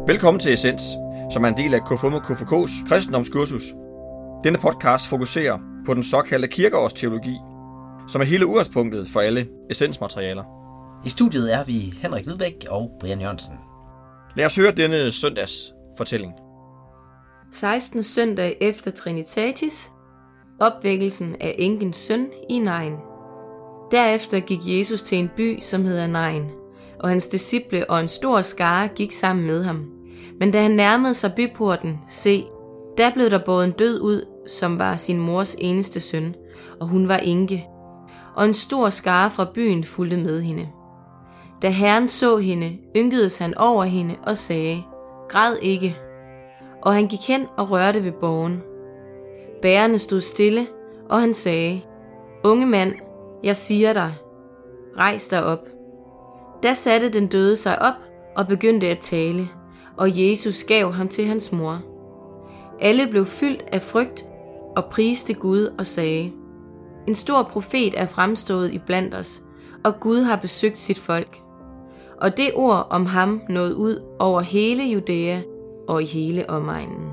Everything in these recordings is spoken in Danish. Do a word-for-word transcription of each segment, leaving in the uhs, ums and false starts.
Velkommen til Essens, som er en del af K F U M og K F K's kristendomskursus. Denne podcast fokuserer på den såkaldte kirkeårsteologi, som er hele udgangspunktet for alle essensmaterialer. I studiet er vi Henrik Hvidbæk og Brian Jørgensen. Lad os høre denne søndags fortælling. sekstende søndag efter Trinitatis, opvækkelsen af enkens søn i Nain. Derefter gik Jesus til en by, som hedder Nain, og hans disciple og en stor skare gik sammen med ham. Men da han nærmede sig byporten, se, der blev der båret en død ud, som var sin mors eneste søn, og hun var enke. Og en stor skare fra byen fulgte med hende. Da Herren så hende, ynkedes han over hende og sagde, græd ikke. Og han gik hen og rørte ved borgen. Bærerne stod stille, og han sagde, unge mand, jeg siger dig, rejs dig op. Da satte den døde sig op og begyndte at tale, og Jesus gav ham til hans mor. Alle blev fyldt af frygt og priste Gud og sagde, en stor profet er fremstået i blandt os, og Gud har besøgt sit folk. Og det ord om ham nåede ud over hele Judæa og i hele omegnen.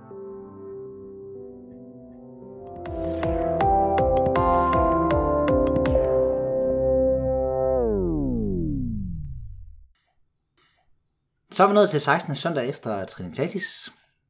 Så er vi nået til sekstende søndag efter Trinitatis,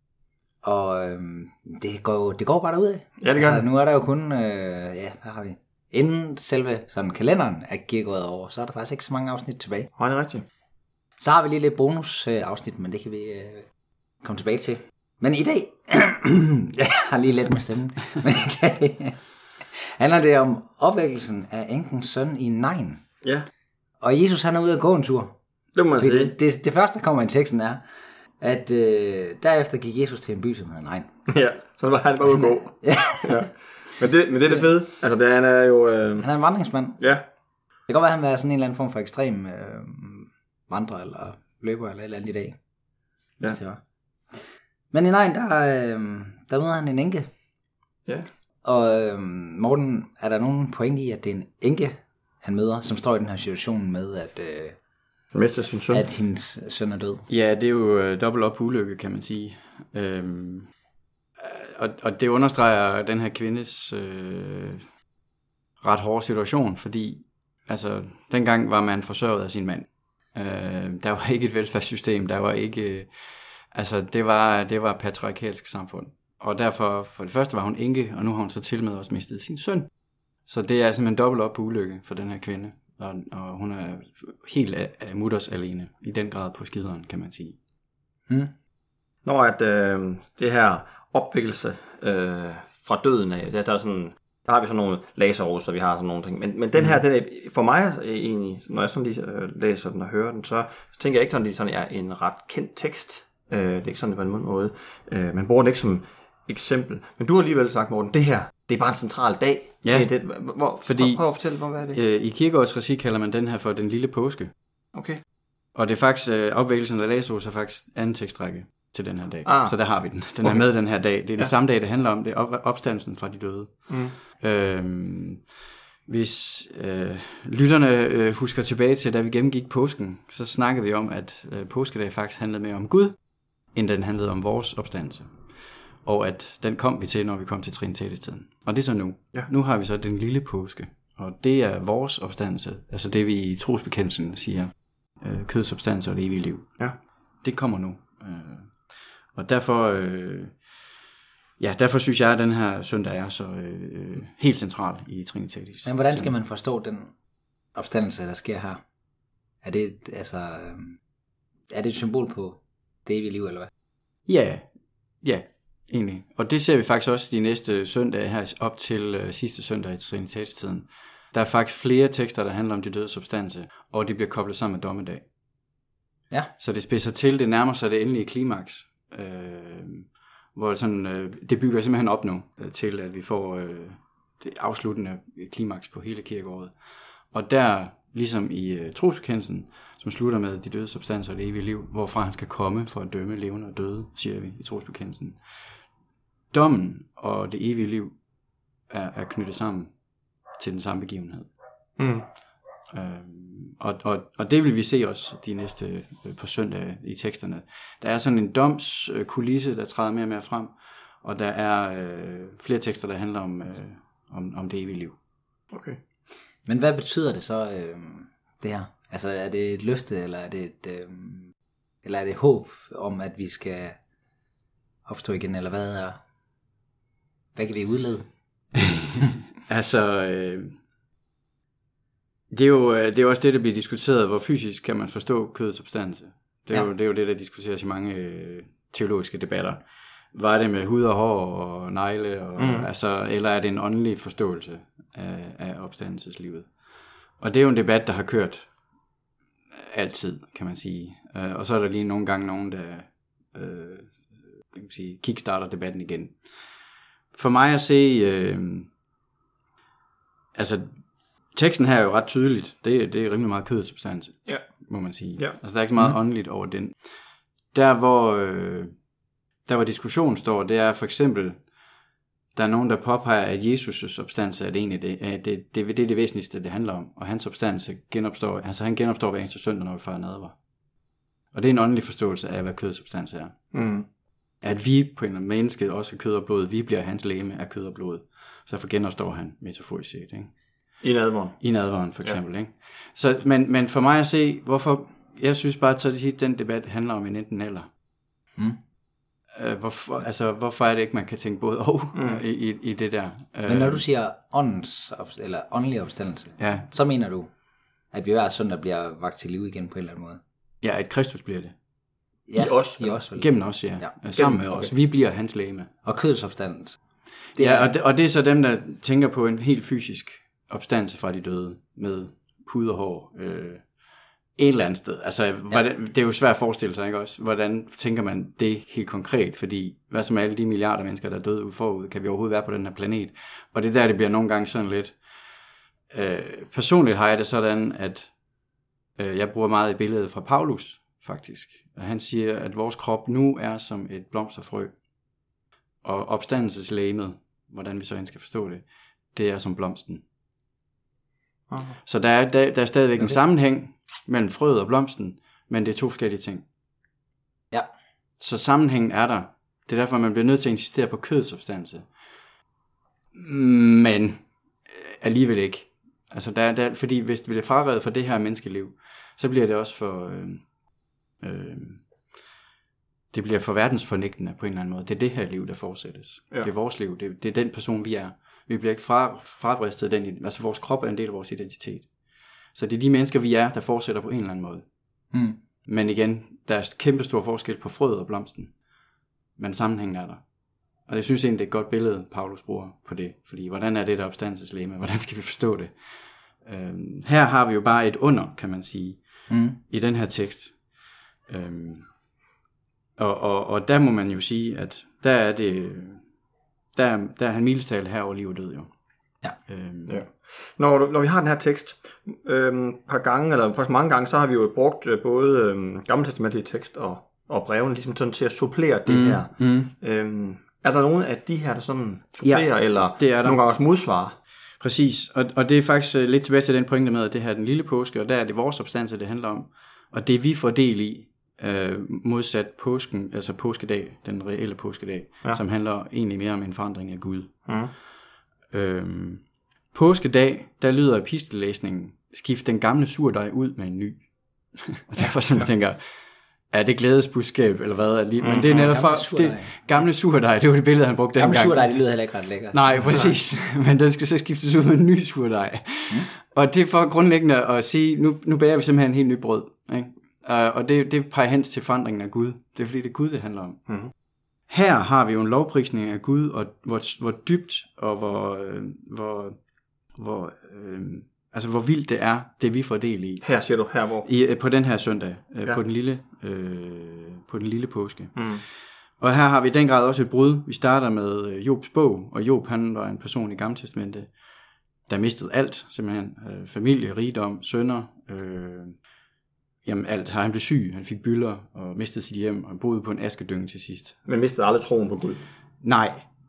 og øhm, det, går, det går bare derudad. Ja, det gør altså, nu er der jo kun, øh, ja, hvad har vi? Inden selve sådan kalenderen er gået over, så er der faktisk ikke så mange afsnit tilbage. Nej, det er rigtigt. Så har vi lige lidt bonus øh, afsnit, men det kan vi øh, komme tilbage til. Men i dag, jeg har lige lidt med stemmen, men i dag handler det om opvækkelsen af enkens søn i Nain. Ja. Og Jesus han er ude at gå en tur. Det må man sige. Det, det, det første, der kommer i teksten, er, at øh, derefter gik Jesus til en by, som hedder Nain. Ja, så var han bare ude at gå. Ja. Ja. Men, det, men det er det fede. Altså, det, han er jo... Øh... Han er en vandringsmand. Ja. Det kan godt være, at han er sådan en eller anden form for ekstrem øh, vandrer eller løber eller et eller andet i dag. Ja. Det var. Men i Nain, der, øh, der møder han en enke. Ja. Og øh, Morten, er der nogen pointe i, at det er en enke, han møder, som står i den her situation med, at... Øh, Mester sin søn. At hendes søn er død. Ja, det er jo øh, dobbelt op ulykke, kan man sige. Øhm, og, og det understreger den her kvindes øh, ret hårde situation, fordi altså, dengang var man forsørget af sin mand. Øh, der var ikke et velfærdssystem, der var ikke... Øh, altså, det var, det var et patriarkalsk samfund. Og derfor, for det første var hun enke, og nu har hun så til med også mistet sin søn. Så det er simpelthen dobbelt op på ulykke for den her kvinde. Og, og hun er helt af, af mutters alene, i den grad på skideren, kan man sige. Hmm. Når at øh, det her opvækkelse øh, fra døden af, der, der, er sådan, der har vi sådan nogle laserroser, vi har sådan nogle ting. Men, men den her, den er, for mig egentlig, når jeg sådan lige øh, læser den og hører den, så, så tænker jeg ikke sådan, at det sådan er en ret kendt tekst. Øh, det er ikke sådan på en måde. Øh, man bruger den ikke som eksempel. Men du har alligevel sagt, Morten, det her, det er bare en central dag. Ja, det, det, hvor, fordi prøv at fortælle, hvor, hvad er det? Øh, i kirkeårets regi kalder man den her for den lille påske. Okay. Og det er faktisk, øh, opvækkelsen af Lazarus er faktisk anden tekstrække til den her dag. Ah. Så der har vi den. Den Okay. er med den her dag. Det er Ja. det samme dag, det handler om. Det er op- opstandelsen fra de døde. Mm. Øhm, hvis øh, lytterne øh, husker tilbage til, da vi gennemgik påsken, så snakkede vi om, at øh, påskedag faktisk handlede mere om Gud, end den handlede om vores opstandelse. Og at den kom vi til, når vi kom til Trinitatis-tiden. Og det er så nu. Ja. Nu har vi så den lille påske. Og det er vores opstandelse. Altså det, vi i trosbekendelsen siger. Øh, køds opstandelse og det evige liv. Ja. Det kommer nu. Øh, og derfor... Øh, ja, derfor synes jeg, at den her søndag er så øh, helt central i Trinitatis. Men hvordan skal man forstå den opstandelse, der sker her? Er det, altså, øh, er det et symbol på det evige liv, eller hvad? Ja, ja, egentlig. Og det ser vi faktisk også de næste søndage her op til øh, sidste søndag i Trinitatis-tiden. Der er faktisk flere tekster, der handler om de døde substanse, og de bliver koblet sammen med dommedag. Ja. Så det spidser til, det nærmer sig det endelige klimaks, øh, hvor det, sådan, øh, det bygger simpelthen op nu øh, til, at vi får øh, det afsluttende klimaks på hele kirkeåret. Og der, ligesom i øh, trosbekendelsen, som slutter med de døde substanser og det evige liv, hvorfra han skal komme for at dømme levende og døde, siger vi i trosbekendelsen. Dommen og det evige liv er, er knyttet sammen til den samme begivenhed. Mm. Øhm, og, og, og det vil vi se også de næste øh, på søndag i teksterne. Der er sådan en domskulisse, der træder mere og mere frem, og der er øh, flere tekster, der handler om, øh, om, om det evige liv. Okay. Men hvad betyder det så, øh, det her? Altså er det et løfte, eller er det et, øh, eller er det håb om, at vi skal opstå igen, eller hvad er, hvad kan vi udlede? altså, øh, det, er jo, det er jo også det, der bliver diskuteret, hvor fysisk kan man forstå kødets opstandelse. Det er, ja. jo, det er jo det, der diskuteres i mange øh, teologiske debatter. Var det med hud og hår og negle, og, mm. altså, eller er det en åndelig forståelse af, af opstandelseslivet? Og det er jo en debat, der har kørt altid, kan man sige. Uh, og så er der lige nogle gange nogen, der uh, kan sige, kickstarter debatten igen. For mig at se, uh, altså teksten her er jo ret tydeligt. Det, det er rimelig meget kødets substans, ja. må man sige. Ja. Altså der er ikke så meget mm. åndeligt over den. Der hvor, uh, der hvor diskussionen står, det er for eksempel, der er nogen, der påpeger, at Jesus' opstandelse er det egentlig det, det, det, det, det er det væsentligste, det handler om. Og hans opstandelse genopstår, altså han genopstår hver eneste søndag, når vi fejrer nadver. Og det er en åndelig forståelse af, hvad kødets substans er. Mm. At vi på en eller anden menneske også er kød og blod, vi bliver hans legeme af kød og blod. Så derfor genopstår han metaforisk set, ikke? I nadveren. I nadveren for eksempel, ja. Ikke? Så, men, men for mig at se, hvorfor, jeg synes bare, at den debat handler om en enten eller. Mm. Hvorfor, altså, hvorfor er det ikke, man kan tænke både og mm. i, i, i det der? Men når du siger åndens, eller åndelig opstandelse, ja. så mener du, at vi hver søndag bliver vakt til liv igen på en eller anden måde? Ja, at Kristus bliver det. Ja, I os. I os vel? Gennem os, ja. ja. Sammen med os. Okay. Vi bliver hans legeme. Og kødets opstandelse. Det ja, er... og, det, og det er så dem, der tænker på en helt fysisk opstandelse fra de døde, med hud og hår, øh, et eller andet sted. Altså, ja. hvordan, det er jo svært at forestille sig, ikke også? Hvordan tænker man det helt konkret? Fordi, hvad som er alle de milliarder mennesker, der er døde ud forud, kan vi overhovedet være på den her planet? Og det er der, det bliver nogle gange sådan lidt... Øh, personligt har jeg det sådan, at øh, jeg bruger meget i billedet fra Paulus, faktisk. Og han siger, at vores krop nu er som et blomsterfrø. Og opstandelseslegemet, hvordan vi så end skal forstå det, det er som blomsten. Okay. Så der er, der, der er stadigvæk okay. en sammenhæng mellem frøet og blomsten, men det er to forskellige ting. Ja. Så sammenhængen er der. Det er derfor, man bliver nødt til at insistere på kødets opstandelse. Men alligevel ikke. Altså der, der, fordi hvis det bliver fraredet for det her menneskeliv, så bliver det også for... Øh, øh, det bliver for verdensfornægtende på en eller anden måde. Det er det her liv, der fortsættes. Ja. Det er vores liv. Det, det er den person, vi er. Vi bliver ikke fra, fravristet den, altså vores krop er en del af vores identitet. Så det er de mennesker, vi er, der fortsætter på en eller anden måde. Mm. Men igen, der er kæmpe stor forskel på frøet og blomsten. Men sammenhængen er der. Og jeg synes egentlig, det er et godt billede, Paulus bruger på det. Fordi hvordan er det der opstandelseslegeme? Hvordan skal vi forstå det? Øhm, her har vi jo bare et under, kan man sige, mm. i den her tekst. Øhm, og, og, og der må man jo sige, at der er det... Der, der er han milestale her over liv og død, jo. Ja. Øhm. ja. Når, når vi har den her tekst øhm, par gange, eller faktisk mange gange, så har vi jo brugt øh, både øhm, gammeltestamentlige tekst og, og brevene ligesom sådan til at supplere det mm. her. Mm. Øhm, er der nogen af de her, der sådan supplerer, ja, eller det er der. Nogle gange også modsvarer? Præcis, og, og det er faktisk lidt tilbage til den pointe med, at det her er den lille påske, og der er det vores opstandelse, det handler om. Og det vi får del i, Øh, modsat påsken, altså påskedag, den reelle påskedag, ja. Som handler egentlig mere om en forandring af Gud. Mm. Øhm, påskedag, der lyder epistelæsningen, skift den gamle surdej ud med en ny. Og derfor som jeg tænker, er det glædesbudskab, eller hvad? Mm. Men det er netop fra, det, gamle surdej, det var det billede, han brugte dengang. Gamle surdej, det lyder heller ikke ret lækkert. Nej, præcis. Men den skal så skiftes ud med en ny surdej. Mm. Og det er for grundlæggende at sige, nu, nu bager vi simpelthen en helt ny brød, ikke? Uh, og det, det peger hen til forandringen af Gud. Det er fordi, det er Gud, det handler om. Mm-hmm. Her har vi jo en lovprisning af Gud, og hvor, hvor dybt og hvor, øh, hvor, hvor, øh, altså hvor vildt det er, det vi får del i. Her siger du, her hvor? I, på den her søndag, øh, ja. på, den lille, øh, på den lille påske. Mm. Og her har vi i den grad også et brud. Vi starter med Jobs bog, og Job, han var en person i Gamle Testamentet, der mistede alt, simpelthen. Øh, familie, rigdom, sønner, øh, jamen alt. Han blev syg, han fik bylder og mistede sit hjem og boede på en askedynge til sidst. Men mistede aldrig troen på Gud? Nej,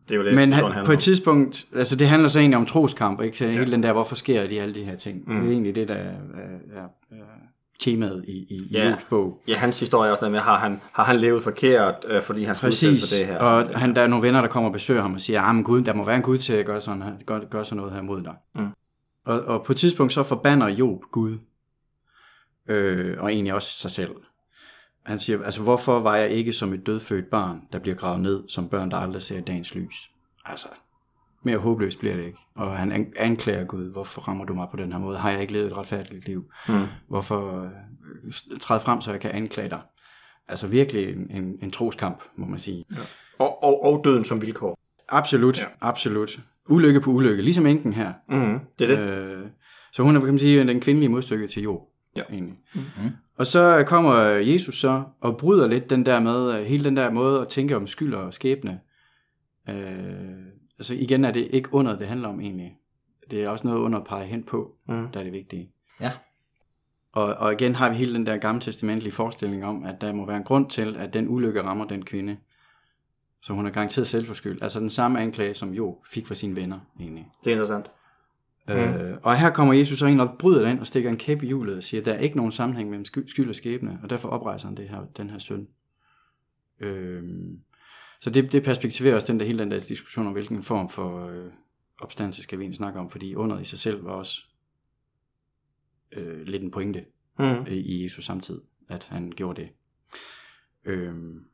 Det er jo lidt, Men sådan, han, på et tidspunkt, altså det handler så egentlig om troskamp, ikke? Så ja. Hele den der, hvorfor sker de alle de her ting? Mm. Det er egentlig det, der er, er, er temaet i, i, ja. i Jobs bog. Ja, hans historie er også noget med, har han, har han levet forkert, øh, fordi han skulle udsættes for det her? Og han, der er nogle venner, der kommer og besøger ham og siger, ah, men Gud, der må være en Gud til at gøre sådan, her, gøre, gøre sådan noget her mod dig. Mm. Og, og på et tidspunkt så forbander Job Gud, øh, og egentlig også sig selv. Han siger, altså hvorfor var jeg ikke som et dødfødt barn, der bliver gravet ned, som børn, der aldrig ser dagens lys? Altså, mere håbløst bliver det ikke. Og han anklager Gud, hvorfor rammer du mig på den her måde? Har jeg ikke levet et retfærdigt liv? Mm. Hvorfor øh, træde frem, så jeg kan anklage dig? Altså virkelig en, en, en troskamp, må man sige. Ja. Og, og, og døden som vilkår. Absolut, ja. absolut. Ulykke på ulykke, ligesom enken her. Mm, det er det. Øh, så hun er, kan man sige, den kvindelige modstykke til Job. Ja. Egentlig. Mm-hmm. Og så kommer Jesus så og bryder lidt den der med, hele den der måde at tænke om skyld og skæbne. Øh, altså igen er det ikke under, det handler om egentlig. Det er også noget under at pege hen på, mm. der er det vigtige. Ja. Og, og igen har vi hele den der gammeltestamentlige forestilling om, at der må være en grund til, at den ulykke rammer den kvinde. Så hun er garanteret selvforskyldt. Altså den samme anklage, som Job fik fra sine venner egentlig. Det er interessant. Øh, mm. Og her kommer Jesus så ind og bryder den og stikker en kæp i hjulet og siger, at der er ikke nogen sammenhæng mellem skyld og skæbne, og derfor oprejser han det her, den her synd. Øh, så det, det perspektiverer også den der, hele den der diskussion om, hvilken form for øh, opstandelse skal vi egentlig snakke om, fordi underet i sig selv var også øh, lidt en pointe mm. i, i Jesus samtid, at han gjorde det. Øh,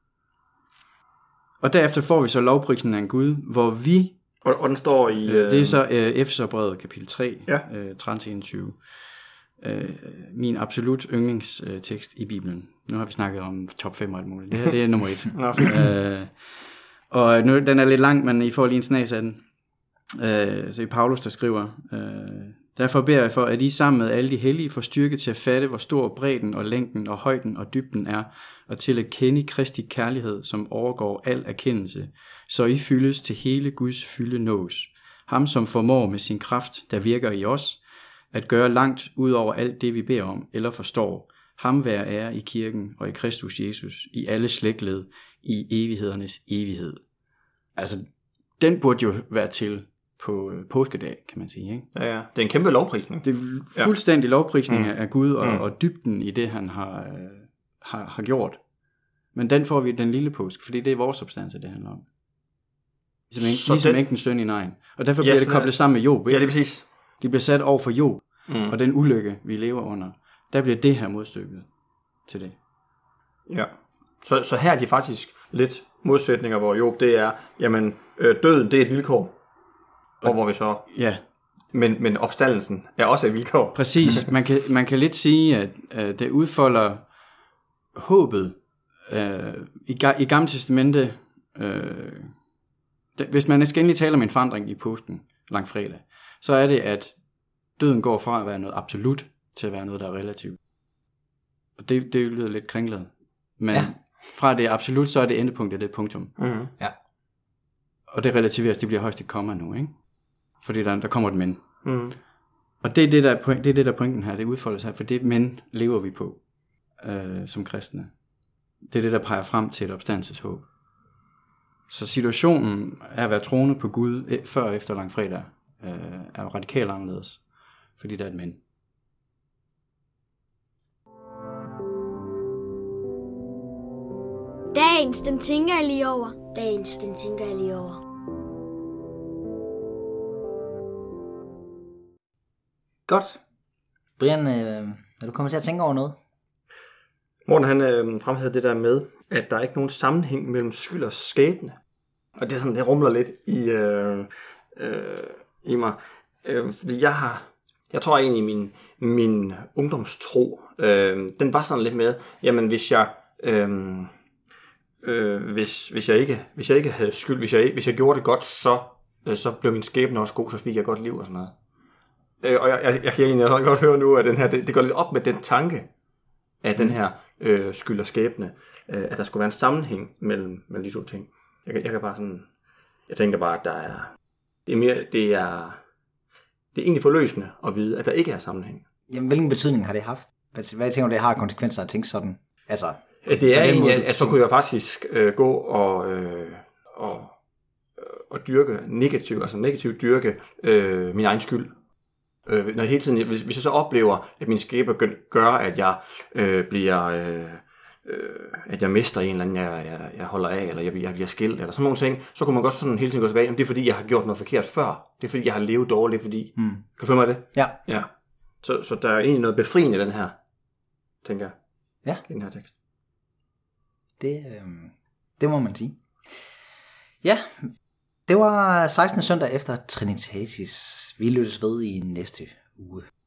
og derefter får vi så lovprisen af en Gud, hvor vi Og, og den står i... Øh, det er så øh, Efeserbrevet kapitel tre, ja. øh, tretten til enogtyve. Øh, min absolut yndlingstekst i Bibelen. Nu har vi snakket om top fem og alt muligt. Det her det er nummer et. øh, og nu, den er lidt lang, men I får lige en snas af den. Øh, så i Paulus, der skriver, øh, derfor beder jeg for, at I sammen med alle de hellige får styrke til at fatte, hvor stor bredden og længden og højden og dybden er, og til at kende Kristi kærlighed, som overgår al erkendelse, så I fyldes til hele Guds fylde nås. Ham, som formår med sin kraft, der virker i os, at gøre langt ud over alt det, vi beder om eller forstår. Ham være ære i kirken og i Kristus Jesus, i alle slægtled, i evighedernes evighed. Altså, den burde jo være til på påskedag, kan man sige. Ikke? Ja, ja. Det er en kæmpe lovprisning. Det er fuldstændig lovprisning mm. af Gud og, mm. og dybden i det, han har, har, har gjort. Men den får vi den lille påske, fordi det er vores substans, det handler om. Ligesom, en, ligesom den... enkens søn i nejen. Og derfor bliver yes, det koblet sammen med Job. Ikke? Ja, det er præcis. De bliver sat over for Job, mm. og den ulykke, vi lever under. Der bliver det her modstykket til det. Ja. Så, så her er de faktisk lidt modsætninger, hvor Job, det er, jamen, øh, døden, det er et vilkår. Og, og hvor vi så... Ja. Men, men opstandelsen er også et vilkår. Præcis. Man kan, man kan lidt sige, at øh, det udfolder håbet øh, i, i Gamle Testamente. Øh, det, hvis man skal endelig tale om en forandring i påsken, langfredag, så er det, at døden går fra at være noget absolut, til at være noget, der er relativt. Og det, det lyder lidt kringlet. Men ja. Fra det absolut, så er det endepunktet, det er punktum. Mm-hmm. Ja. Og det relativeres, det bliver højst et komma nu, ikke? Fordi der, der kommer et men. Mm. Og det er det, der er, point, det er det, der er pointen her, det udfolder sig, for det men lever vi på, øh, som kristne. Det er det, der peger frem til et opstandelseshåb. Så situationen er at være troende på Gud før og efter langfredag øh, er radikalt anderledes, fordi der er et men. Dagens, den tænker jeg lige over. Dagens, den tænker jeg lige over. Godt. Brian, øh, er du kommet til at tænke over noget? Morten, han øh, fremhævede det der med, at der er ikke nogen sammenhæng mellem skyld og skæbne. Og det er sådan, det rumler lidt i, øh, øh, i mig. Øh, jeg har, jeg tror egentlig, min, min ungdomstro, øh, den var sådan lidt med, jamen hvis jeg, øh, øh, hvis, hvis jeg ikke, hvis jeg ikke havde skyld, hvis jeg, hvis jeg gjorde det godt, så, øh, så blev min skæbne også god, så fik jeg et godt liv og sådan noget. Øh, og jeg, jeg, jeg kan egentlig godt høre nu, at den her, det, det går lidt op med den tanke, af den her øh, skyld og skæbne, øh, at der skulle være en sammenhæng mellem, mellem de to ting. Jeg, jeg kan bare sådan, jeg tænker bare, at der er, det er mere, det er, det er egentlig forløsende at vide, at der ikke er sammenhæng. Jamen, hvilken betydning har det haft? Hvad, hvad tænker du, det har konsekvenser at tænke sådan? Altså, det er egentlig, at, at så kunne jeg faktisk øh, gå og, øh, og, og at dyrke negativ, altså negativt dyrke øh, min egen skyld. Øh, når hele tiden, hvis, hvis jeg så oplever, at min skæbne gør, at jeg øh, bliver, øh, øh, at jeg mister en eller anden, jeg, jeg, jeg holder af, eller jeg, jeg bliver skilt, eller sådan nogle ting, så kunne man godt sådan hele tiden gå tilbage, jamen det er fordi, jeg har gjort noget forkert før. Det er fordi, jeg har levet dårligt, det er fordi, mm. kan du følge mig det? Ja. Ja. Så, så der er egentlig noget befriende i den her, tænker jeg. Ja. I den her tekst. Det, øh, det må man sige. Ja, det var sekstende søndag efter Trinitatis. Vi lyttes ved i næste uge.